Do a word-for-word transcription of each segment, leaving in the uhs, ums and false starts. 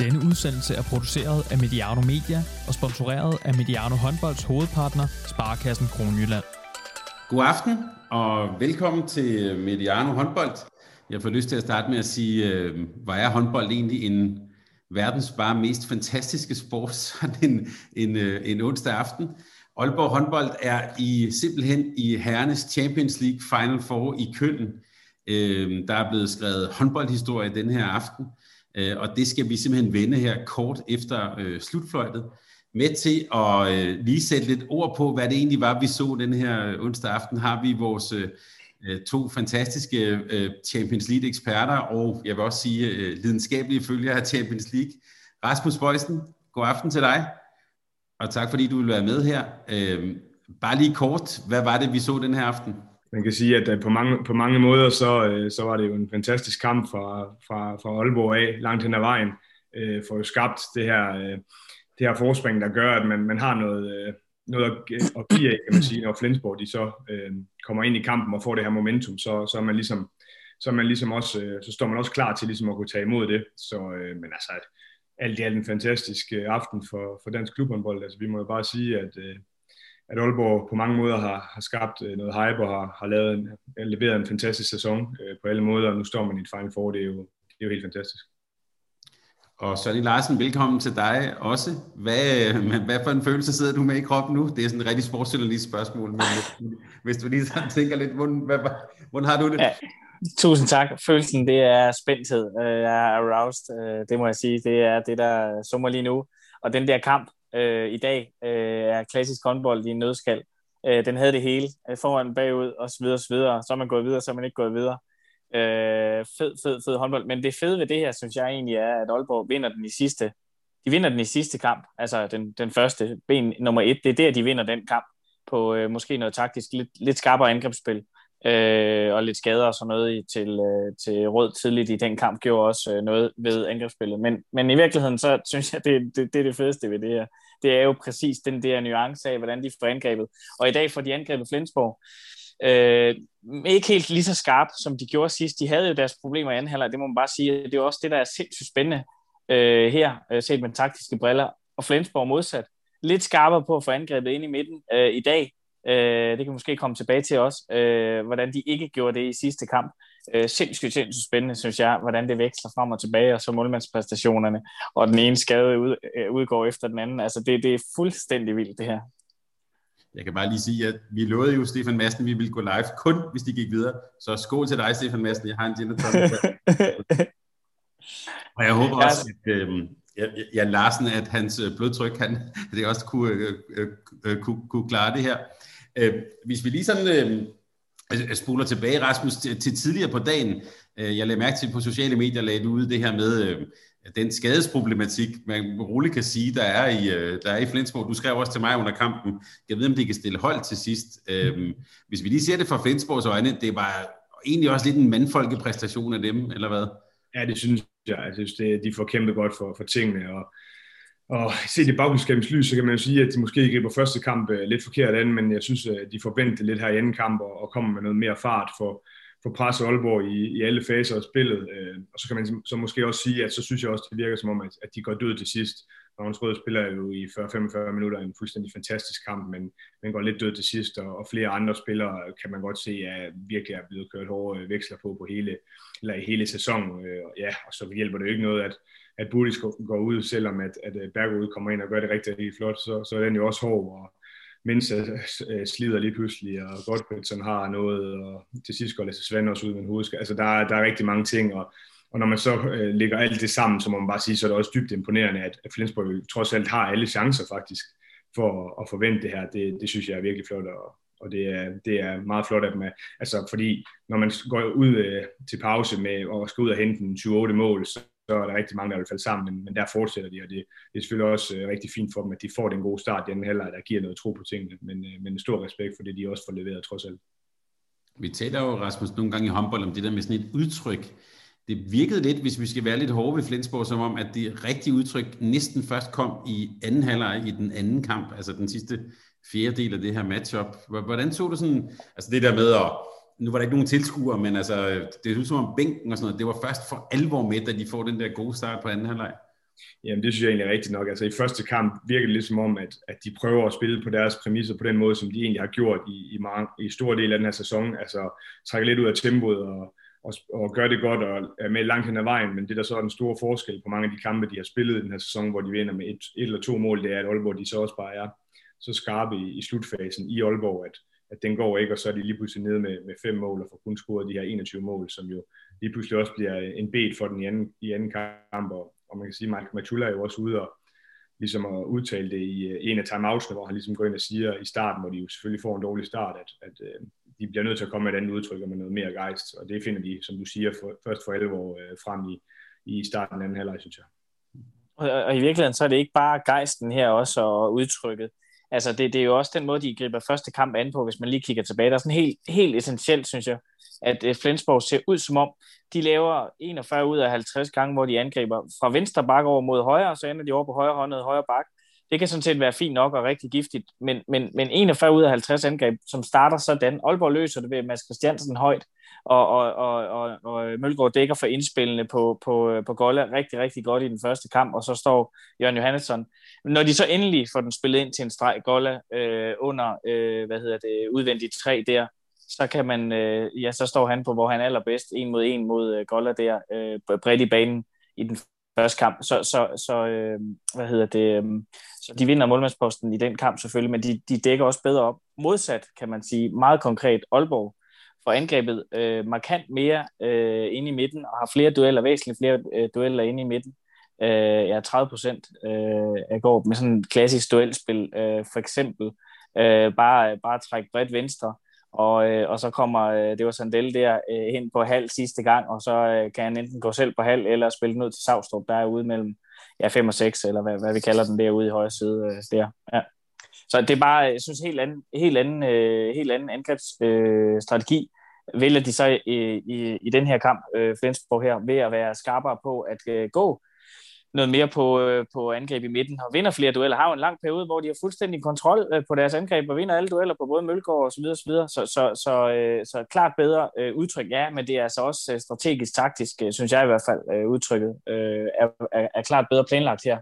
Denne udsendelse er produceret af Mediano Media og sponsoreret af Mediano Håndbolds hovedpartner, Sparekassen Kronjylland. God aften og velkommen til Mediano Håndbold. Jeg får lyst til at starte med at sige, øh, hvor er håndbold egentlig en verdens bare mest fantastiske sport, sådan en, en, øh, en onsdag aften. Aalborg håndbold er i simpelthen i herrenes Champions League Final Four i Køln. Øh, der er blevet skrevet håndboldhistorie den her aften, øh, og det skal vi simpelthen vende her kort efter øh, slutfløjtet. Med til at øh, lige sætte lidt ord på, hvad det egentlig var, vi så den her onsdag aften, har vi vores øh, to fantastiske øh, Champions League-eksperter, og jeg vil også sige øh, lidenskabelige følgere af Champions League. Rasmus Boysen, god aften til dig, og tak fordi du vil være med her. Øh, bare lige kort, hvad var det, vi så den her aften? Man kan sige, at på mange, på mange måder, så, så var det jo en fantastisk kamp fra, fra, fra Aalborg af, langt hen ad vejen, øh, for at skabt det her... Øh, det her forspring, der gør, at man, man har noget, noget at give af, kan man sige, når Flensborg de så øh, kommer ind i kampen og får det her momentum, så, så er man ligesom, så er man ligesom også, øh, så står man også klar til ligesom at kunne tage imod det. Så, øh, men altså, at, alt i alt en fantastisk øh, aften for, for dansk klubhåndbold. Altså, vi må jo bare sige, at, øh, at Aalborg på mange måder har, har skabt øh, noget hype og har, har lavet en, leveret en fantastisk sæson øh, på alle måder, og nu står man i et Final Four, det er jo, det er jo helt fantastisk. Og Sonny Larsen, velkommen til dig også. Hvad, hvad for en følelse sidder du med i kroppen nu? Det er sådan et rigtig sportsjournalist spørgsmål, men hvis du lige sådan tænker lidt, hvordan, hvad, hvordan har du det? Ja, tusind tak. Følelsen, det er spændthed. Jeg er aroused, det må jeg sige. Det er det, der summer lige nu. Og den der kamp øh, i dag øh, er klassisk håndbold i en nødskal. Øh, den havde det hele. Foran, bagud, og så videre, så videre. Så er man gået videre, så er man ikke gået videre. Øh, fed, fed, fed håndbold. Men det fede ved det her, synes jeg egentlig er, at Aalborg vinder den i sidste. De vinder den i sidste kamp. Altså den, den første, ben nummer et. Det er der, de vinder den kamp. På øh, måske noget taktisk, lidt, lidt skarpere angrebsspil. Øh, og lidt skader og sådan noget i, til, øh, til Rød tidligt i den kamp, gjorde også øh, noget ved angrebsspillet. Men, men i virkeligheden, så synes jeg, det, det, det er det fedeste ved det her. Det er jo præcis den der nuance af, hvordan de får angrebet. Og i dag får de angrebet Flensborg. Øh, ikke helt lige så skarp, som de gjorde sidst. De havde jo deres problemer i anden halvleg, det må man bare sige. Det er jo også det, der er sindssygt spændende øh, her, øh, set med taktiske briller. Og Flensborg modsat. Lidt skarpere på at få angrebet ind i midten øh, i dag. Øh, det kan måske komme tilbage til også, øh, hvordan de ikke gjorde det i sidste kamp. Øh, sindssygt, sindssygt spændende, synes jeg, hvordan det veksler frem og tilbage, og så målmandspræstationerne, og den ene skade ud, øh, udgår efter den anden. Altså, det, det er fuldstændig vildt, det her. Jeg kan bare lige sige, at vi lovede jo Stefan Madsen, at vi ville gå live kun, hvis de gik videre. Så skål til dig, Stefan Madsen. Jeg har en gin og tonic. Og jeg håber også, at øh, ja, Larsen, at hans blodtryk, han, det også kunne, øh, øh, kunne, kunne klare det her. Øh, hvis vi lige sådan øh, spoler tilbage, Rasmus, til, til tidligere på dagen. Øh, jeg lagde mærke til på sociale medier, lagde du ud det her med... Øh, den skadesproblematik, man roligt kan sige, der er i, der er i Flensborg. Du skrev også til mig under kampen, jeg ved, om de kan stille hold til sidst. Øhm, hvis vi lige ser det fra Flensborgs øjne, det var egentlig også lidt en mandfolkepræstation af dem, eller hvad? Ja, det synes jeg. Jeg synes, det, de får kæmpet godt for, for tingene, og, og set i bagklubskabens lys, så kan man jo sige, at de måske griber første kamp lidt forkert an, men jeg synes, at de forventer lidt her i anden kamp, og, og kommer med noget mere fart for for presse Aalborg i, i alle faser af spillet. Øh, og så kan man så måske også sige, at så synes jeg også, det virker som om, at, at de går død til sidst. Magnus Rød spiller jo i fyrre til femogfyrre minutter en fuldstændig fantastisk kamp, men, men går lidt død til sidst, og, og flere andre spillere kan man godt se, at virkelig er blevet kørt hårde veksler på, på hele, eller i hele sæsonen. Øh, ja, og så hjælper det jo ikke noget, at, at Budis går ud, selvom at, at Bergerud kommer ind og gør det rigtig, rigtig flot, så, så er den jo også hård, og Mens slider lige pludselig, og Godfredsson har noget, og til sidst går Lasse Svend også ud med en hovedskade. Altså, der, der er rigtig mange ting, og, og når man så øh, lægger alt det sammen, så må man bare sige, så er det også dybt imponerende, at, at Flensborg trods alt har alle chancer faktisk for at forvente det her. Det, det synes jeg er virkelig flot, og, og det, er, det er meget flot af dem. Altså, fordi når man går ud øh, til pause med og skal ud og hente en tyve otte mål, så så er der rigtig mange, der vil falde sammen, men, men der fortsætter de, og det, det er selvfølgelig også øh, rigtig fint for dem, at de får den gode start i den halvleg, der giver noget tro på tingene, men, øh, men en stor respekt for det, de også får leveret trods alt. Vi taler jo, Rasmus, nogle gange i håndbold om det der med sådan et udtryk. Det virkede lidt, hvis vi skal være lidt hårde ved Flensborg, som om, at det rigtige udtryk næsten først kom i anden halvleg i den anden kamp, altså den sidste fjerdedel af det her matchup. Hvordan så du sådan, altså det der med at nu var der ikke nogen tilskuere, men altså, det er ud som om bænken og sådan noget, det var først for alvor med, da de får den der gode start på anden halvleg. Jamen, det synes jeg egentlig er rigtigt nok. Altså, i første kamp virker det lidt som om, at, at de prøver at spille på deres præmisser på den måde, som de egentlig har gjort i, i, mange, i store dele af den her sæson. Altså, trækker lidt ud af tempoet og, og, og gør det godt og er med langt hen ad vejen. Men det, der så er den store forskel på mange af de kampe, de har spillet i den her sæson, hvor de vinder med et, et eller to mål, det er, at Aalborg de så også bare er så skarpe i, i slutfasen i Aalborg, at, at den går ikke, og så er de lige pludselig nede med, med fem mål og får kun scoret de her enogtyve mål, som jo lige pludselig også bliver en bet for den i anden, i anden kamp. Og, og man kan sige, at Mike Matula er jo også ude og ligesom at udtale det i en af timeoutsene, hvor han ligesom går ind og siger i starten, hvor de jo selvfølgelig får en dårlig start, at, at de bliver nødt til at komme med et andet udtryk og med noget mere gejst, og det finder de, som du siger, for, først for alvor frem i, i starten af anden halvleg, synes jeg. Og, og i virkeligheden så er det ikke bare gejsten her også og udtrykket. Altså det, det er jo også den måde, de griber første kamp an på, hvis man lige kigger tilbage. Der er sådan helt, helt essentielt, synes jeg, at Flensborg ser ud som om, de laver enogfyrre ud af halvtreds gange, hvor de angriber fra venstre bak over mod højre, og så ender de over på højre håndet højre bak. Det kan sådan set være fint nok og rigtig giftigt, men, men, men enogfyrre ud af halvtreds angreb, som starter sådan. Aalborg løser det ved Mads Christiansen højt, og, og, og, og, og Mølgaard dækker for indspillene på, på, på Golla rigtig, rigtig godt i den første kamp, og så står Jørgen Johannesson. Når de så endelig får den spillet ind til en streg Golla øh, under, øh, hvad hedder det, udvendigt tre der, så kan man, øh, ja, så står han på, hvor han er allerbedst, en mod en mod øh, Golla der, øh, bredt i banen i den første kamp, så, så, så øh, hvad hedder det, øh, så de vinder målmandsposten i den kamp selvfølgelig, men de, de dækker også bedre op. Modsat, kan man sige, meget konkret Aalborg for angrebet øh, markant mere øh, inde i midten, og har flere dueller, væsentligt flere øh, dueller inde i midten. Øh, ja, tredive procent øh, af går med sådan et klassisk duelspil, øh, for eksempel øh, bare, bare trække bredt venstre, og, øh, og så kommer, øh, det var Sandel der, øh, hen på halv sidste gang, og så øh, kan han enten gå selv på halv, eller spille den ud til Savstrup, der er ude mellem ja, fem og seks, eller hvad, hvad vi kalder den derude i højre side øh, der. Ja. Så det er bare, jeg synes, helt anden, helt anden, øh, helt anden angrebsstrategi, øh, vælger de så i, i, i den her kamp, øh, Flensborg her, ved at være skarpere på at øh, gå noget mere på, øh, på angreb i midten, og vinder flere dueller, har jo en lang periode, hvor de har fuldstændig kontrol øh, på deres angreb, og vinder alle dueller på både Mølgaard og så videre, så videre. Så, så, så, øh, så klart bedre øh, udtryk, ja, men det er altså også øh, strategisk, taktisk, øh, synes jeg i hvert fald, øh, udtrykket øh, er, er, er klart bedre planlagt her.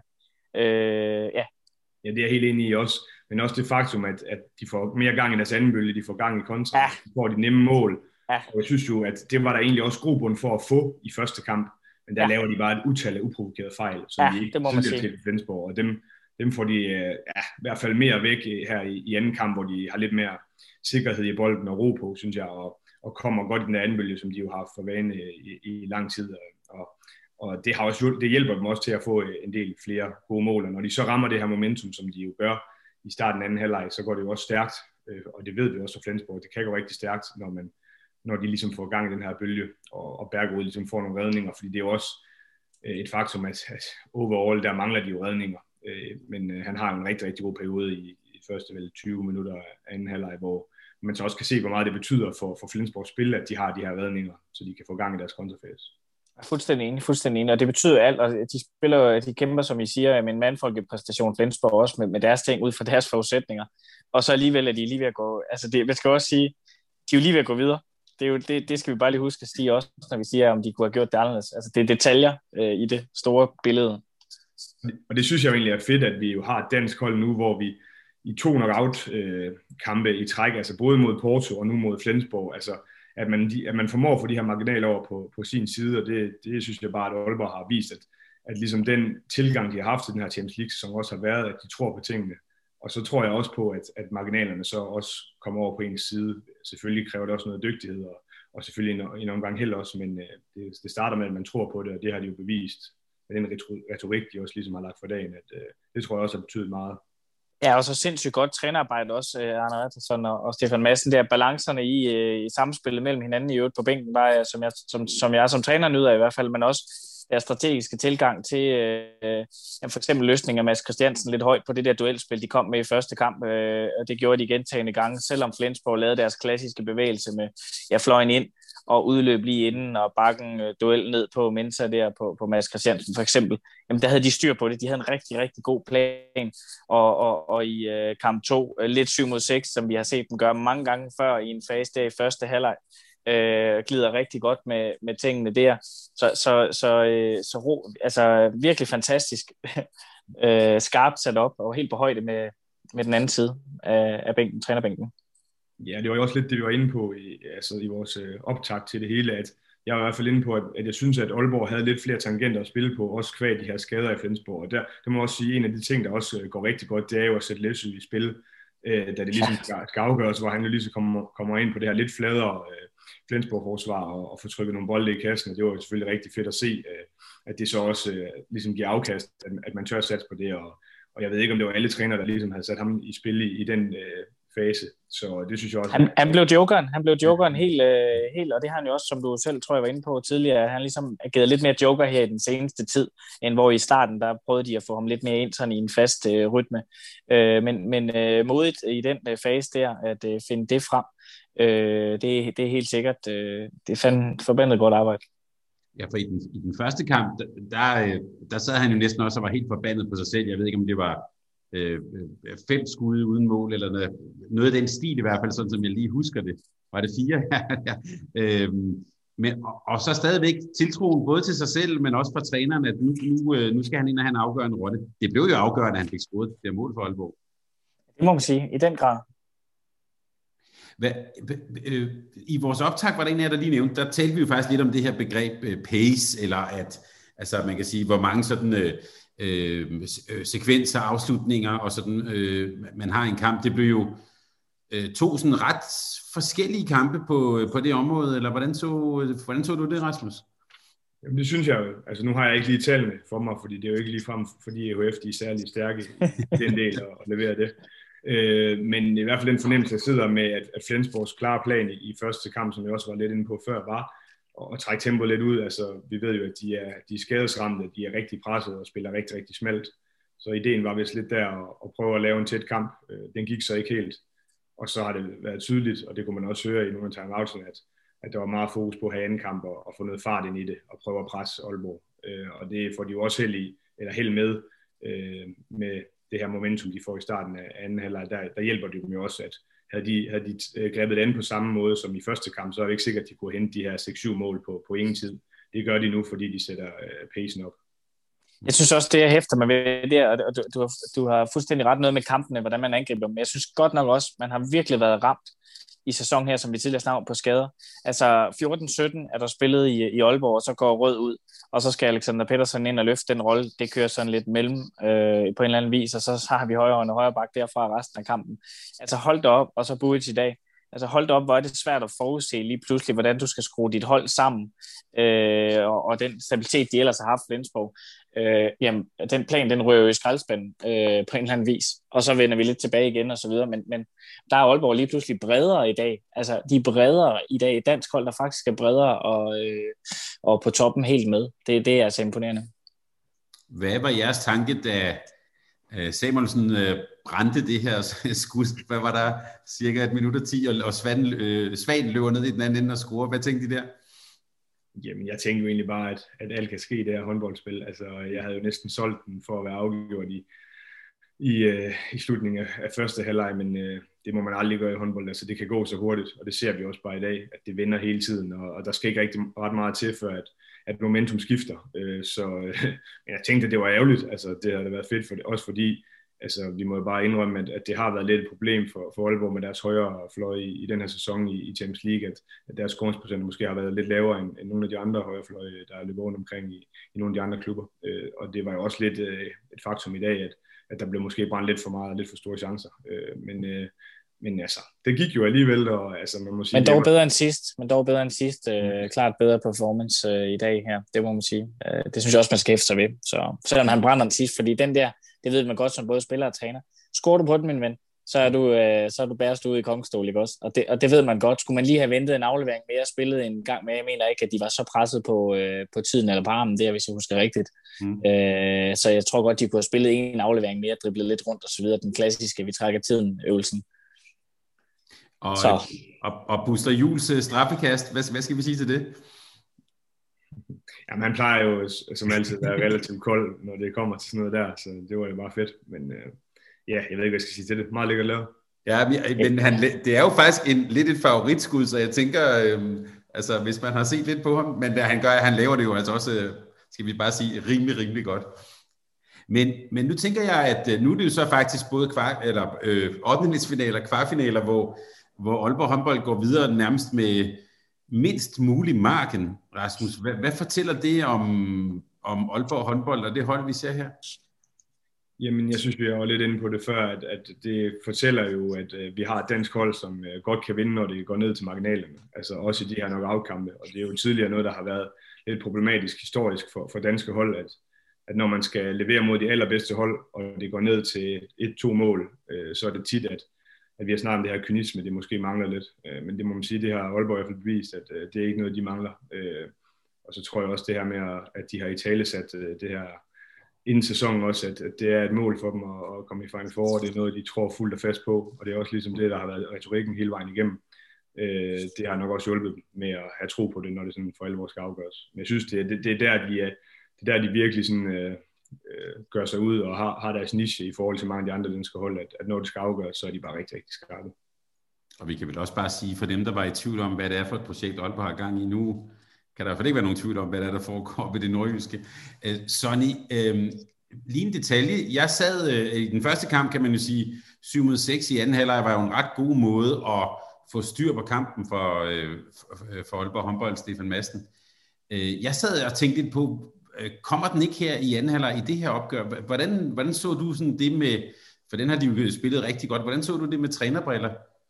Øh, ja. Ja, det er jeg helt enig i også, men også det faktum, at, at de får mere gang i deres anden bølge, de får gang i kontra, ja. De får de nemme mål, ja. Og jeg synes jo, at det var der egentlig også grobund for at få i første kamp. Men der ja. Laver de bare et utal af uprovokerede fejl, som ja, de ikke tidligere til Flensborg. Og dem, dem får de ja, i hvert fald mere væk her i, i anden kamp, hvor de har lidt mere sikkerhed i bolden og ro på, synes jeg, og, og kommer godt i den anden bølge, som de jo har haft for vane i, i lang tid. Og, og det, har også, det hjælper dem også til at få en del flere gode mål. Og når de så rammer det her momentum, som de jo gør i starten af anden halvleg, så går det jo også stærkt. Og det ved vi også fra Flensborg. Det kan gå rigtig stærkt, når man når de ligesom får gang i den her bølge, og, og Bergerud ligesom får nogle redninger, fordi det er jo også øh, et faktum, at, at overall, der mangler de jo redninger, øh, men øh, han har jo en rigtig, rigtig god periode i, i første vel tyve minutter af anden halvleg, hvor man så også kan se, hvor meget det betyder for, for Flensborgs spil, at de har de her redninger, så de kan få gang i deres kontrafase. Fuldstændig enig, fuldstændig enig, og det betyder alt, og de spiller, de kæmper, som I siger, med en mandfolkepræstation, Flensborg også med, med deres ting, ud fra deres forudsætninger, og så alligevel er de lige ved at gå, altså det, jeg skal også sige, de er jo lige ved at gå videre. Det, er jo, det, det skal vi bare lige huske at sige også, når vi siger, om de kunne have gjort det anderledes. Altså, det er detaljer øh, i det store billede. Og det synes jeg egentlig er fedt, at vi jo har et dansk hold nu, hvor vi i to knockout-kampe øh, i træk, altså både mod Porto og nu mod Flensborg, altså at man, de, at man formår at få de her marginaler over på, på sin side, og det, det synes jeg bare, at Aalborg har vist, at, at ligesom den tilgang, de har haft til den her Champions League, som også har været, at de tror på tingene. Og så tror jeg også på, at, at marginalerne så også kommer over på ens side. Selvfølgelig kræver det også noget dygtighed, og, og selvfølgelig en, en omgang held også, men øh, det, det starter med, at man tror på det, og det har de jo bevist med den retorik, de også ligesom har lagt for dagen, at øh, det tror jeg også har betydet meget. Ja, og så sindssygt godt trænerarbejde også, øh, Arne Rettersson og, og Stefan Madsen, der balancerne i, øh, i samspillet mellem hinanden i øvrigt på bænken, bare, som, jeg, som, som jeg som træner nyder i hvert fald, men også deres strategiske tilgang til øh, for eksempel løsning af Mads Christiansen lidt højt på det der duelspil, de kom med i første kamp, øh, og det gjorde de gentagende gange, selvom Flensborg lavede deres klassiske bevægelse med ja, fløjen ind og udløb lige inden og bakken øh, duel ned på Mensa der på, på Mads Christiansen for eksempel. Jamen der havde de styr på det, de havde en rigtig, rigtig god plan, og, og, og i øh, kamp to, øh, lidt syv mod seks, som vi har set dem gøre mange gange før i en fase der i første halvleg, øh, glider rigtig godt med, med tingene der. Så, så, så, øh, så ro, altså virkelig fantastisk øh, skarpt sat op, og helt på højde med, med den anden side af, af bænken, trænerbænken. Ja, det var jo også lidt det, vi var inde på i, altså i vores øh, optakt til det hele, at jeg var i hvert fald inde på, at, at jeg synes, at Aalborg havde lidt flere tangenter at spille på, også kvad de her skader i Flensborg. Og der, der må jeg også sige, en af de ting, der også øh, går rigtig godt, det er jo at sætte Læsø i spil, øh, da det ligesom skal, skal afgøres, hvor han jo ligesom kommer, kommer ind på det her lidt fladere øh, Flensborg-forsvar og, og får trykket nogle bolde i kassen, og det var jo selvfølgelig rigtig fedt at se, øh, at det så også øh, ligesom giver afkast, at, at man tør satse på det, og, og jeg ved ikke, om det var alle trænere, der ligesom havde sat ham i spil i, i den øh, fase, så det synes jeg også. Han, han blev jokeren, han blev jokeren helt, øh, helt, og det har han jo også, som du selv tror jeg var inde på tidligere, han ligesom er givet lidt mere joker her i den seneste tid, end hvor i starten, der prøvede de at få ham lidt mere ind sådan i en fast øh, rytme. Øh, men men øh, modigt i den øh, fase der, at øh, finde det frem, øh, det, det er helt sikkert, øh, det er fandme forbandet godt arbejde. Ja, for i den, i den første kamp, der, der, der sad han jo næsten også og var helt forbandet på sig selv. Jeg ved ikke, om det var Øh, fem skud uden mål, eller noget, noget af den stil i hvert fald, sådan som jeg lige husker det. Var det fire? ja. øhm, men, og, og så stadigvæk tiltroen både til sig selv, men også fra træneren, at nu, nu, nu skal han ind og have en afgørende rolle. Det blev jo afgørende, at han fik scoret det mål for Aalborg. Det må man sige, i den grad. Hvad, øh, I vores optag var der en af der lige nævnte, der talte vi jo faktisk lidt om det her begreb øh, pace, eller at, altså man kan sige, hvor mange sådan øh, Øh, sekvenser, afslutninger og sådan, øh, man har en kamp. Det blev jo øh, to sådan ret forskellige kampe på, på det område, eller hvordan så, hvordan så du det, Rasmus? Jamen det synes jeg jo, altså nu har jeg ikke lige tallene for mig, fordi det er jo ikke ligefrem, fordi E H F de er særlig stærke i den del at, at levere det. Øh, men i hvert fald den fornemmelse, jeg sidder med, at, at Flensborgs klare plan i, i første kamp, som jeg også var lidt inde på før, var og trække tempoet lidt ud. Altså, vi ved jo, at de er, de er skadesramte, de er rigtig presset og spiller rigtig, rigtig smalt. Så ideen var vist lidt der at, at prøve at lave en tæt kamp. Den gik så ikke helt. Og så har det været tydeligt, og det kunne man også høre i nogle af timeoutsene, at, at der var meget fokus på at have anden kamp og, og få noget fart ind i det og prøve at presse Aalborg. Og det får de jo også held i, eller held med, med det her momentum, de får i starten af anden halvleg. Der, der hjælper det dem jo også, at Havde de, havde de grebet an på samme måde som i første kamp, så er det ikke sikkert, at de kunne hente de her seks syv mål på, på ingen tid. Det gør de nu, fordi de sætter uh, pacen op. Jeg synes også, det jeg hæfter mig ved det, og du, du, har, du har fuldstændig ret noget med kampene, hvordan man angriber dem. Men jeg synes godt nok også, man har virkelig været ramt i sæsonen her, som vi tidligere snakkede på skader. Altså fjorten sytten er der spillet i, i Aalborg, og så går Rød ud, og så skal Alexander Pettersson ind og løfte den rolle. Det kører sådan lidt mellem øh, på en eller anden vis, og så har vi højre og højre bak derfra resten af kampen. Altså hold da op, og så Buic i dag. Altså hold da op, hvor er det svært at forudse lige pludselig, hvordan du skal skrue dit hold sammen, øh, og, og den stabilitet, de ellers har haft Flensborg. Øh, jamen, den plan, den rører jo i skraldespanden øh, på en eller anden vis, og så vender vi lidt tilbage igen og så videre, men, men der er Aalborg lige pludselig bredere i dag. Altså, de er bredere i dag. Et dansk hold, der faktisk er bredere og, øh, og på toppen helt med. Det, det er altså imponerende. Hvad var jeres tanke, da Samuelsen øh, brændte det her skud? Hvad var der? Cirka et minut og ti, og, og Svan, øh, Svan løber ned i den anden ende og scorer. Hvad tænkte I der? Jamen, jeg tænkte jo egentlig bare, at, at alt kan ske i det her håndboldspil. Altså, jeg havde jo næsten solgt den for at være afgjort i, i, øh, i slutningen af, af første halvleg, men øh, det må man aldrig gøre i håndbold. Altså, det kan gå så hurtigt, og det ser vi også bare i dag, at det vender hele tiden, og, og der skal ikke rigtig ret meget til, før at, at momentum skifter. Øh, så øh, jeg tænkte, at det var ærgerligt. Altså, det havde været fedt, for det, også fordi altså, vi må jo bare indrømme, at, at det har været lidt et problem for, for Aalborg med deres højre fløje i, i den her sæson i, i Champions League, at, at deres scoringsprocent måske har været lidt lavere end, end nogle af de andre højre fløje, der er løbet rundt omkring i, i nogle af de andre klubber. Øh, og det var jo også lidt øh, et faktum i dag, at, at der blev måske brændt lidt for meget og lidt for store chancer. Øh, men, øh, men altså, det gik jo alligevel, og altså, man må sige... Men dog bedre end sidst, men dog bedre end sidst. Øh, klart bedre performance øh, i dag her, det må man sige. Øh, det synes jeg også, man skal hæfte sig ved. Så selvom han brænder den sidst, fordi den der, det ved man godt som både spiller og træner. Scorer du på den, min ven, så er du, øh, så er du bærest ude i kongestol, ikke også? Og det, og det ved man godt. Skulle man lige have ventet en aflevering mere og spillet en gang med, jeg mener ikke, at de var så presset på, øh, på tiden eller på armen der, hvis jeg husker rigtigt. Mm. Øh, så jeg tror godt, de kunne have spillet en aflevering mere, driblet lidt rundt og så videre. Den klassiske, vi trækker tiden, øvelsen. Og, og, og Buster Juhls straffekast, hvad, hvad skal vi sige til det? Jamen, han plejer jo som altid at være relativt kold, når det kommer til sådan noget der, så det var jo bare fedt. Men øh, ja, jeg ved ikke, hvad jeg skal sige til det. Meget lækkert lavet. Ja, men han, det er jo faktisk en, lidt et favoritskud, så jeg tænker, øh, Altså, hvis man har set lidt på ham, men der, han, gør, han laver det jo altså også, skal vi bare sige, rimelig, rimelig godt. Men, men nu tænker jeg, at nu er det jo så faktisk både kvart, eller øh, ottendedelsfinaler og kvartfinaler, hvor, hvor Aalborg håndbold går videre nærmest med mindst mulig marken. Rasmus, hvad, hvad fortæller det om, om Aalborg håndbold og det hold, vi ser her? Jamen, jeg synes, vi var lidt inde på det før, at, at det fortæller jo, at uh, vi har et dansk hold, som uh, godt kan vinde, når det går ned til marginalerne. Altså også i de her knockout-kampe. Og det er jo tidligere noget, der har været lidt problematisk historisk for, for danske hold, at, at når man skal levere mod de allerbedste hold, og det går ned til et-to mål, uh, så er det tit, at, at vi har snart det her kynisme, det måske mangler lidt. Uh, men det må man sige, det har Aalborg i hvert fald bevist, at uh, det er ikke noget, de mangler. Uh, og så tror jeg også det her med, at de har italesat uh, det her inden sæsonen også, at, at det er et mål for dem at, at komme i Final Four. Det er noget, de tror fuldt og fast på, og det er også ligesom det, der har været retorikken hele vejen igennem. Øh, det har nok også hjulpet dem med at have tro på det, når det sådan for alvor skal afgøres. Men jeg synes, det, det, det er der, de er, det er der, de virkelig sådan, øh, øh, gør sig ud og har, har deres niche i forhold til mange af de andre danske hold, at, at når det skal afgøres, så er de bare rigtig, rigtig skarpe. Og vi kan vel også bare sige, for dem, der var i tvivl om, hvad det er for et projekt, Aalborg har gang i nu, kan der i hvert fald ikke være nogen tvivl om, hvad der, er, der foregår ved det nordjyske. Uh, Sonny, uh, lige en detalje. Jeg sad uh, i den første kamp, kan man jo sige, syv mod seks i anden halvleg var jo en ret god måde at få styr på kampen for, uh, for, for Aalborg håndbold, Stefan Madsen. Uh, jeg sad og tænkte lidt på, uh, kommer den ikke her i anden halvleg i det her opgør? Hvordan, hvordan så du sådan det med, for den har de jo spillet rigtig godt, hvordan så du det med trænerbriller?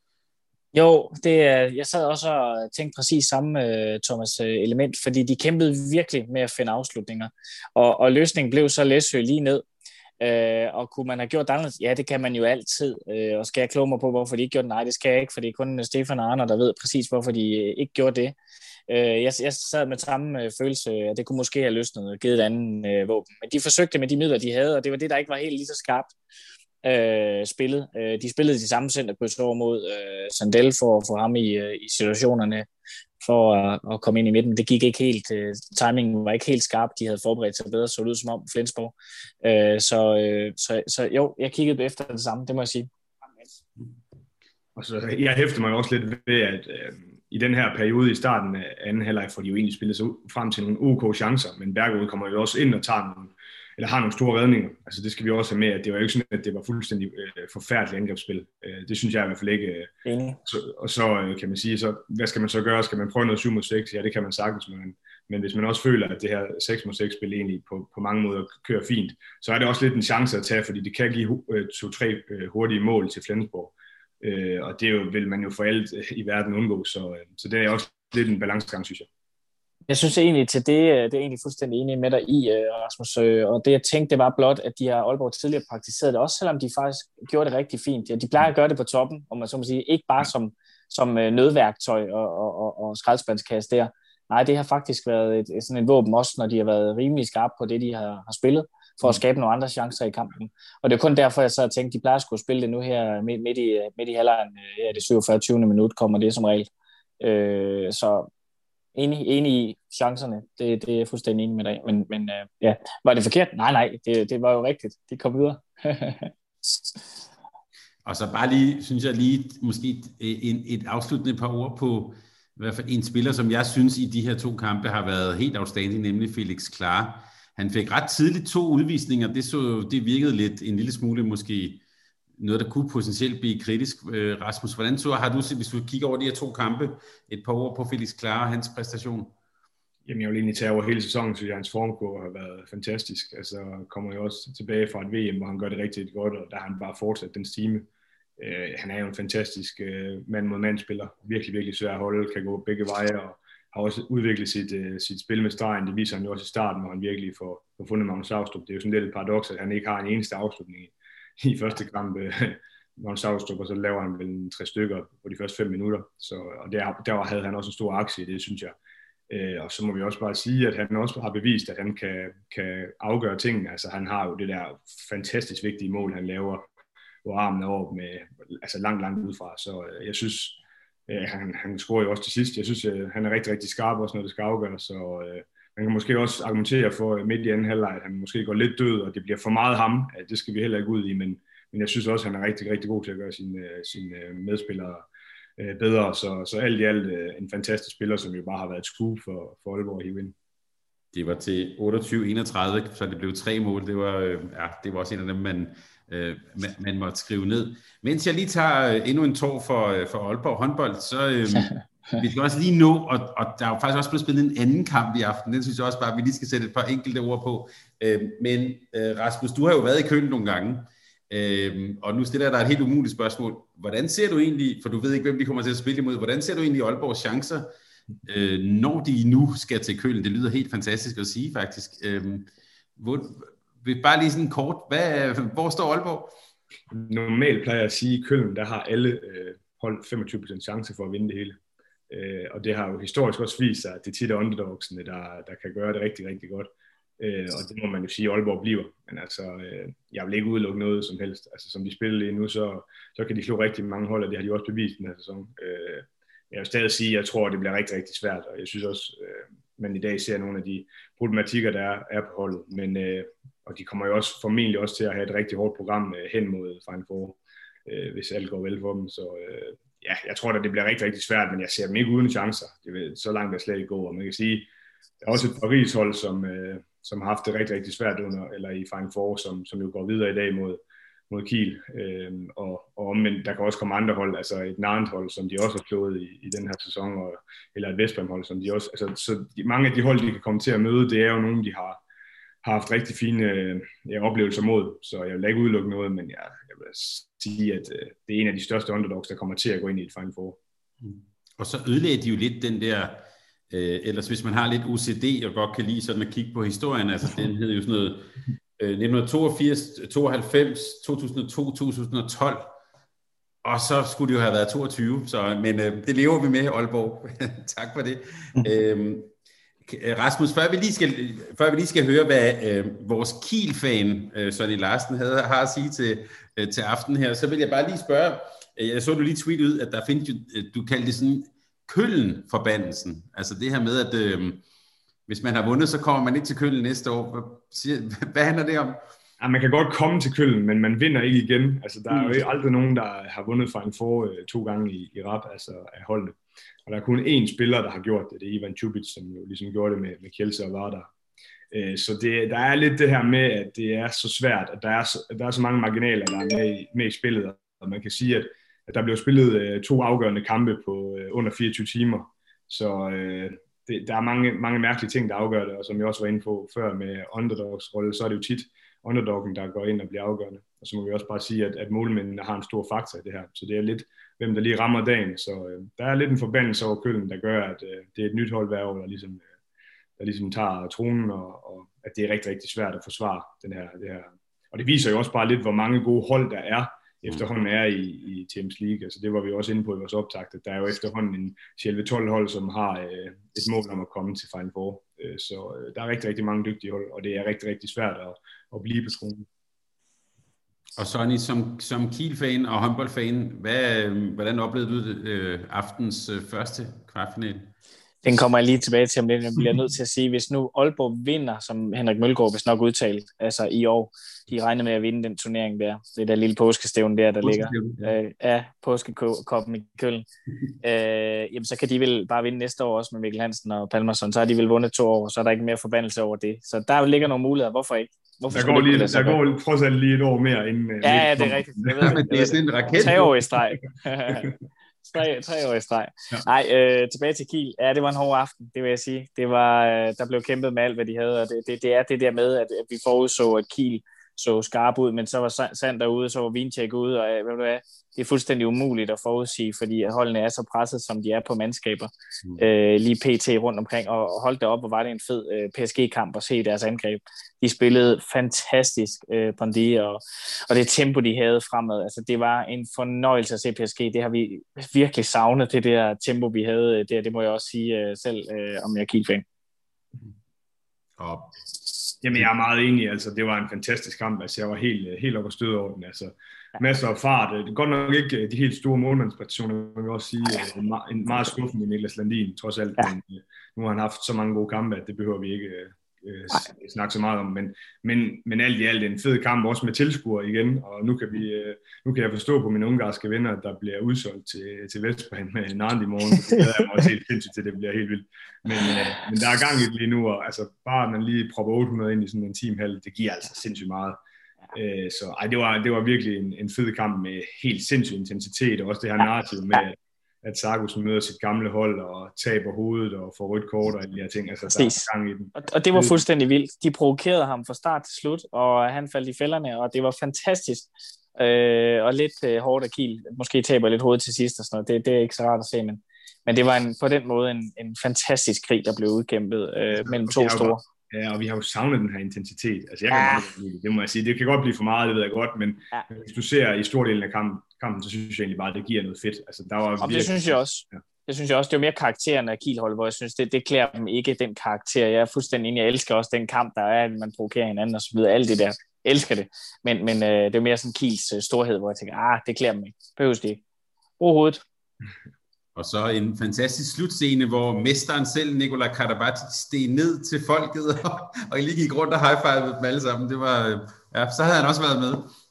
Jo, det, jeg sad også og tænkte præcis samme, Thomas, element, fordi de kæmpede virkelig med at finde afslutninger, og, og løsningen blev så Læsø lige ned, øh, og kunne man have gjort det anderledes? Ja, det kan man jo altid, øh, og skal jeg kloge mig på, hvorfor de ikke gjorde det? Nej, det skal jeg ikke, for det er kun Stefan og Arne, der ved præcis, hvorfor de ikke gjorde det. Øh, jeg, jeg sad med samme øh, følelse, at det kunne måske have løsnet og givet et andet øh, våben, men de forsøgte med de midler, de havde, og det var det, der ikke var helt lige så skarpt. Øh, spillet. Øh, de spillede de samme centerkryds over mod øh, Sandel for at få ham i, øh, i situationerne for at, at komme ind i midten. Det gik ikke helt. Øh, timingen var ikke helt skarp. De havde forberedt sig bedre, så det ud som om Flensborg. Øh, så, øh, så, så jo, jeg kiggede efter det samme, det må jeg sige. Og så, jeg hæfter mig også lidt ved, at øh, i den her periode i starten af anden halvleg får de jo egentlig spillet sig frem til nogle OK chancer, men Bergerud kommer jo også ind og tager nogle eller har nogle store redninger. Altså det skal vi også have med, at det var jo ikke sådan, at det var fuldstændig øh, forfærdeligt angrebsspil. Øh, det synes jeg i hvert fald ikke. Øh, så, og så øh, kan man sige, så, hvad skal man så gøre? Skal man prøve noget syv mod seks? Ja, det kan man sagtens, men, men hvis man også føler, at det her seks mod seks spil egentlig på, på mange måder kører fint, så er det også lidt en chance at tage, fordi det kan give øh, to-tre øh, hurtige mål til Flensborg. Øh, og det jo, vil man jo for alt øh, i verden undgå, så, øh, så det er også lidt en balancegang, synes jeg. Jeg synes egentlig til det, det er egentlig fuldstændig enig med dig i, Rasmus, og det jeg tænkte, det var blot, at de har Aalborg tidligere praktiseret det, også selvom de faktisk gjorde det rigtig fint. Ja, de plejer at gøre det på toppen, om man så må sige, ikke bare som, som nødværktøj og, og, og, og skraldspandskasse der. Nej, det har faktisk været et, sådan et våben også, når de har været rimelig skarpe på det, de har, har spillet, for at skabe nogle andre chancer i kampen. Og det er kun derfor, jeg så har tænkt, de plejer at skulle spille det nu her midt, midt i, midt i halvlejen, ja, det syvogfyrre tyvende minut kommer det som regel. Øh, så Enig, enig i chancerne, det, det er jeg fuldstændig enig med dig. Men, men uh, ja, var det forkert? Nej, nej, det, det var jo rigtigt. De kom videre. Og så bare lige, synes jeg lige, måske en, et afsluttende par ord på i hvert fald en spiller, som jeg synes i de her to kampe har været helt outstanding, nemlig Felix Klar. Han fik ret tidligt to udvisninger, det, så, det virkede lidt en lille smule måske noget, der kunne potentielt blive kritisk. Øh, Rasmus, hvordan så har du, hvis du kigger over de her to kampe, et par ord på Felix Klar og hans præstation? Jamen, jeg vil egentlig tage over hele sæsonen, så hans formkurve har været fantastisk. Altså, kommer jo også tilbage fra et V M, hvor han gør det rigtig godt, og der har han bare fortsat den stime. Øh, han er jo en fantastisk øh, mand-mod-mand-spiller. Virkelig, virkelig svær at holde, kan gå begge veje, og har også udviklet sit, øh, sit spil med stregen. Det viser han jo også i starten, hvor han virkelig får, får fundet Magnus Austrup. Det er jo sådan lidt et paradoks, at han ikke har en eneste afslutning i. i første kamp, Magnus Austrup, og så laver han vel tre stykker på de første fem minutter. Så, og der, der havde han også en stor aktie i det, synes jeg. Øh, og så må vi også bare sige, at han også har bevist, at han kan, kan afgøre tingene. Altså han har jo det der fantastisk vigtige mål, han laver, hvor armen er over med, altså langt, langt udefra. Så øh, jeg synes, øh, han, han scorer jo også til sidst. Jeg synes, øh, han er rigtig, rigtig skarp også, når det skal afgøres. Så øh, man kan måske også argumentere for midt i anden halvleg, at han måske går lidt død, og det bliver for meget ham. Det skal vi heller ikke ud i, men, men jeg synes også, at han er rigtig, rigtig god til at gøre sine, sine medspillere øh, bedre. Så, så alt i alt øh, en fantastisk spiller, som jo bare har været et scoop for, for Aalborg at hive ind. Det var til otteogtyve enogtredive, så det blev tre mål. Det var, øh, ja, det var også en af dem, man, øh, man, man måtte skrive ned. Mens jeg lige tager øh, endnu en tår for, øh, for Aalborg håndbold, så øh, vi skal også lige nå, og, og der er jo faktisk også blevet spillet en anden kamp i aften. Den synes jeg også bare, at vi lige skal sætte et par enkelte ord på. Øh, men øh, Rasmus, du har jo været i Köln nogle gange, øh, og nu stiller jeg dig et helt umuligt spørgsmål. Hvordan ser du egentlig, for du ved ikke, hvem de kommer til at spille imod, hvordan ser du egentlig Aalborgs chancer, øh, når de nu skal til Köln? Det lyder helt fantastisk at sige, faktisk. Øh, hvor, bare lige sådan kort, hvad, hvor står Aalborg? Normalt plejer jeg at sige, at i Köln, der har alle øh, hold femogtyve procent chance for at vinde det hele. Øh, og det har jo historisk også vist sig, at det tit er underdogsene, der, der kan gøre det rigtig, rigtig godt. Øh, og det må man jo sige, at Aalborg bliver. Men altså, øh, jeg vil ikke udelukke noget som helst. Altså, som de spiller lige nu, så, så kan de slå rigtig mange hold, og det har de også bevist den her sæson. Øh, jeg vil stadig sige, at jeg tror, at det bliver rigtig, rigtig svært. Og jeg synes også, øh, man i dag ser nogle af de problematikker, der er, er på holdet. Men, øh, og de kommer jo også formentlig også til at have et rigtig hårdt program øh, hen mod Final Four, øh, hvis alt går vel for dem. Så øh, ja, jeg tror, at det bliver rigtig, rigtig svært, men jeg ser dem ikke uden chancer. Det vil, så langt der slet ikke gå. Og man kan sige, der er også et Paris-hold, som, øh, som har haft det rigtig, rigtig svært under, eller i Final Four, som, som jo går videre i dag mod, mod Kiel. Øh, og, og omvendt, der kan også komme andre hold, altså et Nantes-hold, som de også har slået i, i den her sæson, og, eller et Vestbrem-hold, som de også... Altså, så de, mange af de hold, de kan komme til at møde, det er jo nogle, de har, har haft rigtig fine ja, oplevelser mod. Så jeg vil ikke udelukke noget, men jeg, jeg vil sige, at øh, det er en af de største underdogs, der kommer til at gå ind i et Final Four. Mm. Og så ødelagde de jo lidt den der... Øh, ellers hvis man har lidt O C D og godt kan lide sådan at kigge på historien, altså den hed jo sådan noget øh, nitten toogfirs, tooghalvfems, to tusind og to, to tusind og tolv, og så skulle det jo have været toogtyve, så, men øh, det lever vi med, Aalborg. Tak for det. øh, Rasmus, før vi lige skal, før vi lige skal høre, hvad øh, vores Kiel-fan, øh, Sonny Larsen, havde, har at sige til, øh, til aften her, så vil jeg bare lige spørge, øh, jeg så du lige tweet ud, at der findes jo, øh, du kaldte det sådan Köln-forbandelsen, altså det her med, at øh, hvis man har vundet, så kommer man ikke til Köln næste år. Hvad, siger, hvad handler det om? Ja, man kan godt komme til Köln, men man vinder ikke igen. Altså, der er jo aldrig nogen, der har vundet Final Four øh, to gange i, i rap, altså af holdene. Og der er kun én spiller, der har gjort det. Det er Ivan Čupić, som jo ligesom gjorde det med, med Kielce og Vardar. Øh, så det, der er lidt det her med, at det er så svært, at der er så, at der er så mange marginaler, der er med, med i spillet. Og man kan sige, at at der blev spillet øh, to afgørende kampe på øh, under fireogtyve timer. Så øh, det, der er mange, mange mærkelige ting, der afgør det, og som jeg også var inde på før med underdogs rolle, så er det jo tit underdoggen, der går ind og bliver afgørende. Og så må vi også bare sige, at, at målmændene har en stor faktor i det her. Så det er lidt, hvem der lige rammer dagen. Så øh, der er lidt en forbandelse over Köln, der gør, at øh, det er et nyt hold hver år, der ligesom, øh, der ligesom tager tronen, og, og at det er rigtig, rigtig svært at forsvare den her, det her. Og det viser jo også bare lidt, hvor mange gode hold der er, efterhånden er i, i Champions League. Altså det var vi også inde på i vores optakt, at der er jo efterhånden en sjælve tolv hold, som har øh, et mål om at komme til Final Four. Øh, så øh, der er rigtig, rigtig mange dygtige hold, og det er rigtig, rigtig svært at, at blive på skolen. Og Sonny, som, som Kiel-fan og håndboldfan, hvad, hvordan oplevede du det, øh, aftens øh, første kvartfinale? Den kommer jeg lige tilbage til om lidt. Jeg bliver nødt til at sige, hvis nu Aalborg vinder, som Henrik Mølgaard vist nok udtalt, altså i år, de regner med at vinde den turnering der. Det er der lille påskestævn der, der ligger. Ja, øh, ja påskekoppen i Köln. øh, jamen, så kan de vel bare vinde næste år også med Mikkel Hansen og Palmerson. Så har de vel vundet to år, så er der ikke mere forbandelse over det. Så der ligger nogle muligheder. Hvorfor ikke? Hvorfor der går, lige, der går trods alt lige et år mere inden... Ja, ja, det er rigtigt. Jeg ved, ja, men det er sådan en raket. Tre år i streg. Tre, tre år i streg. Ja. Nej, øh, tilbage til Kiel. Ja, det var en hård aften, det vil jeg sige. Det var, øh, der blev kæmpet med alt, hvad de havde, og det, det, det er det der med, at, at vi forudså, at Kiel så skarp ud, men så var Sand derude, så var Wiencheck ude, og ved du hvad, det er fuldstændig umuligt at forudsige, fordi holdene er så presset, som de er på mandskaber, mm. øh, lige pt. Rundt omkring, og hold det op, hvor var det en fed øh, P S G-kamp at se deres angreb. De spillede fantastisk, øh, Bondi, og, og det tempo, de havde fremad, altså det var en fornøjelse at se P S G, det har vi virkelig savnet, det der tempo, vi havde der, det må jeg også sige øh, selv, øh, om jeg er Kiel-fan. Og Jamen, jeg er meget enig. Altså, det var en fantastisk kamp. Altså, jeg var helt, helt op og støde over den. Altså, masser af fart. Det er godt nok ikke de helt store målmandspræstationer, man vil også sige. En meget skuffende Niklas Landin, trods alt. Men nu har han haft så mange gode kampe, at det behøver vi ikke øh, snakke så meget om, men, men, men alt i alt en fed kamp, også med tilskuere igen, og nu kan, vi, øh, nu kan jeg forstå på mine ungarske venner, at der bliver udsolgt til, til Vestbanen med Nand i morgen. Det er jeg også helt sindssygt til, det bliver helt vildt. Men, øh, men der er gang i det lige nu, og altså, bare at man lige propper otte hundrede ind i sådan en teamhal, det giver altså sindssygt meget. Øh, så ej, det, var, det var virkelig en, en fed kamp med helt sindssyg intensitet, og også det her narrativ med, at at Sargussen møder sit gamle hold og taber hovedet og får rødt kort og alle de her ting. Altså, der er gang i den. Og, og det var fuldstændig vildt. De provokerede ham fra start til slut, og han faldt i fælderne, og det var fantastisk. Øh, og lidt øh, hårdt af Kiel. Måske taber lidt hovedet til sidst og sådan noget. Det, det er ikke så rart at se, men, men det var en, på den måde en, en fantastisk krig, der blev udkæmpet øh, mellem to store. Ja, og vi har jo savnet den her intensitet. Altså, jeg kan ja. meget lide det, det må jeg sige. Det kan godt blive for meget, det ved jeg godt, men ja. hvis du ser i stor delen af kampen, kampen, så synes jeg egentlig bare, at det giver noget fedt. Altså, der var og virkelig... det synes jeg også. Ja. Det synes jeg også, det er mere karakteren af Kiel-hold, hvor jeg synes, det, det klæder dem ikke, den karakter. Jeg er fuldstændig enig. Jeg elsker også den kamp, der er, at man provokerer hinanden og så videre. Alt det der. Jeg elsker det. Men, men øh, det er mere sådan Kiels øh, storhed, hvor jeg tænker, ah, det klæder dem ikke. Behøves det ikke. Brug hovedet. Og så en fantastisk slutscene, hvor mesteren selv, Nikola Karabatic, steg ned til folket og, og lige gik rundt og high-fivede dem alle sammen. Det var, ja, så havde han også været med.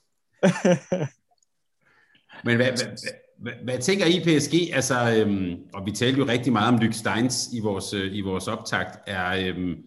Men hvad, hvad, hvad, hvad tænker I P S G? Altså, øhm, og vi talte jo rigtig meget om Luc Steins i vores, øh, i vores optakt. Er, øhm,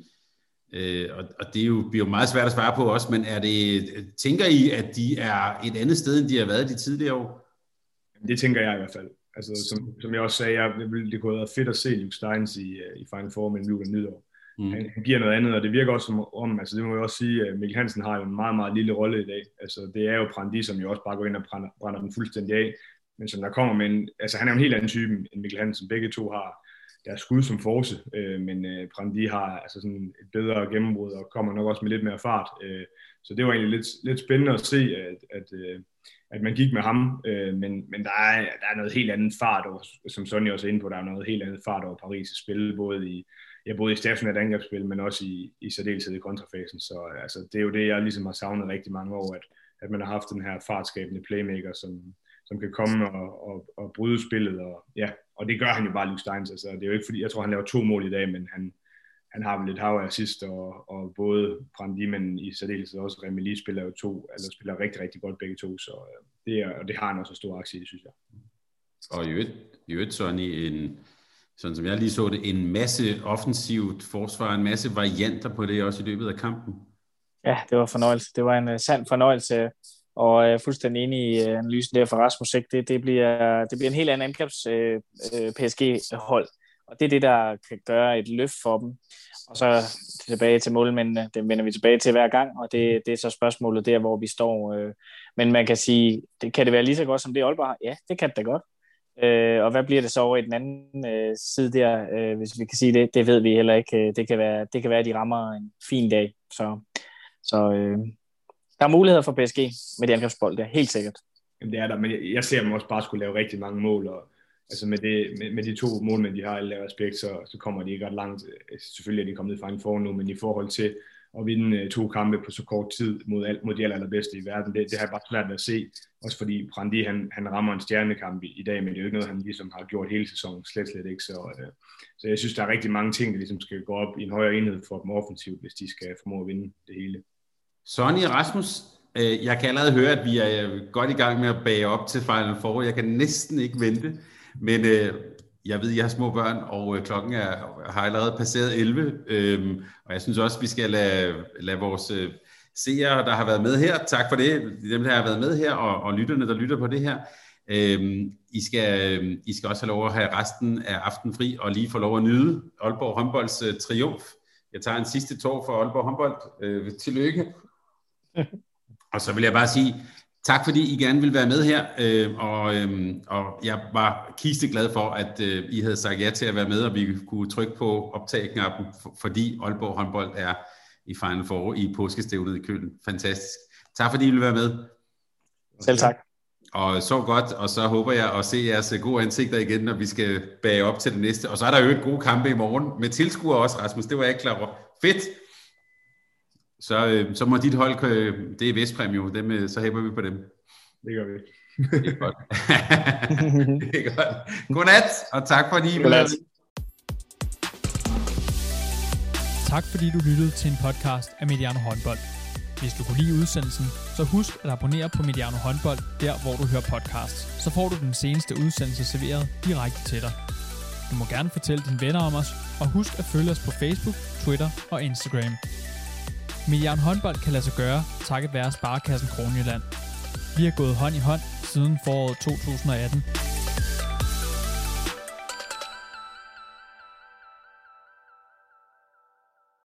øh, og, og det er jo, bliver jo meget svært at svare på også, men er det, tænker I, at de er et andet sted, end de har været de tidligere år? Det tænker jeg i hvert fald. Altså, som, som jeg også sagde, jeg, det kunne have været fedt at se Luc Steins i, i Final Four med Luka Nygaard. Mm. Han, han giver noget andet, og det virker også som om, altså det må jeg også sige, at Mikkel Hansen har jo en meget, meget lille rolle i dag. Altså det er jo Prandi, som jo også bare går ind og brænder, brænder den fuldstændig af. Men som der kommer med en, altså han er jo en helt anden type end Mikkel Hansen. Begge to har deres skud som force, øh, men øh, Prandi har altså sådan et bedre gennembrud og kommer nok også med lidt mere fart. Øh, så det var egentlig lidt, lidt spændende at se, at, at, øh, at man gik med ham, øh, men, men der, er, der er noget helt andet fart over, som Sonny også er inde på, der er noget helt andet fart over Paris' spil, både i, ja, både i stationært angrebsspil, men også i, i særdeleshed i kontrafasen. Så altså, det er jo det, jeg ligesom har savnet rigtig mange år, at, at man har haft den her fartskabende playmaker, som, som kan komme og, og, og bryde spillet, og, ja, og det gør han jo bare, Luc Steins. Altså, det er jo ikke fordi, jeg tror, han laver to mål i dag, men han, han har vel et hav af assist, og, og både Prandi, men i særdeleshed også Remeli spiller jo to, eller spiller rigtig, rigtig godt begge to, så det, er, og det har han også stor aktie i, synes jeg. Og i øvrigt, i øvrigt sådan i en, sådan som jeg lige så det, en masse offensivt forsvar, en masse varianter på det også i løbet af kampen. Ja, det var fornøjelse. Det var en uh, sand fornøjelse, og jeg uh, er fuldstændig enig i uh, analysen der for Rasmus. Det, det, bliver, det bliver en helt anden angrebs uh, uh, P S G-hold, og det er det, der kan gøre et løft for dem. Og så tilbage til målmændene, det vender vi tilbage til hver gang, og det, det er så spørgsmålet der, hvor vi står. Uh, men man kan sige, det, kan det være lige så godt, som det Aalborg har? Ja, det kan det da godt. Øh, og hvad bliver det så over i den anden øh, side der, øh, hvis vi kan sige det, det ved vi heller ikke. Det kan være, det kan være at de rammer en fin dag. Så, så øh, der er muligheder for P S G med de angrebsbold, det er helt sikkert. Jamen, det er der, men jeg ser dem også bare skulle lave rigtig mange mål, og altså med, det, med, med de to målmænd, de har alle lavet aspekt, så, så kommer de ikke ret langt. Selvfølgelig er de kommet i Final Four nu, men i forhold til at vinde to kampe på så kort tid mod, alt, mod de aller, allerbedste i verden, det, det har jeg bare svært ved at se. Også fordi Prandi, han, han rammer en stjernekamp i, i dag, men det er jo ikke noget, han ligesom har gjort hele sæsonen, slet slet ikke. Så, øh, så jeg synes, der er rigtig mange ting, der ligesom skal gå op i en højere enhed for dem offensivt, hvis de skal formå at vinde det hele. Sonny og Rasmus, øh, jeg kan allerede høre, at vi er godt i gang med at bage op til Final Four. Jeg kan næsten ikke vente, men øh, jeg ved, at jeg har små børn, og øh, klokken er, har allerede passeret elleve, øh, og jeg synes også, at vi skal lade, lade vores øh, seere, der har været med her, tak for det, dem, der har været med her, og, og lytterne, der lytter på det her, øh, I, skal, øh, I skal også have lov at have resten af aften fri, og lige få lov at nyde Aalborg håndbolds øh, triumf. Jeg tager en sidste tår for Aalborg håndbold. Øh, tillykke. Og så vil jeg bare sige, tak fordi I gerne vil være med her, øh, og, øh, og jeg var kisteglad for, at øh, I havde sagt ja til at være med, og vi kunne trykke på optag-knappen, for, fordi Aalborg håndbold er i Final Four i påskestævnet i Køln. Fantastisk. Tak fordi I vil være med. Selv tak. Og så godt, og så håber jeg at se jeres gode ansigter igen, når vi skal bage op til det næste. Og så er der jo et gode kampe i morgen, med tilskuere også, Rasmus, det var jeg ikke klar over. Fedt! Så, øh, så må dit hold, øh, det er Vestpræmio, dem, øh, så hæber vi på dem. Det gør vi. Det er godt. Det er godt. Godnat, og tak fordi I vil. Tak fordi du lyttede til en podcast af Mediano Håndbold. Hvis du kunne lide udsendelsen, så husk at abonnere på Mediano Håndbold, der hvor du hører podcasts. Så får du den seneste udsendelse serveret direkte til dig. Du må gerne fortælle dine venner om os, og husk at følge os på Facebook, Twitter og Instagram. Mediano Håndbold kan lade sig gøre, takket være Sparekassen Kronjylland. Vi har gået hånd i hånd siden foråret to tusind og atten.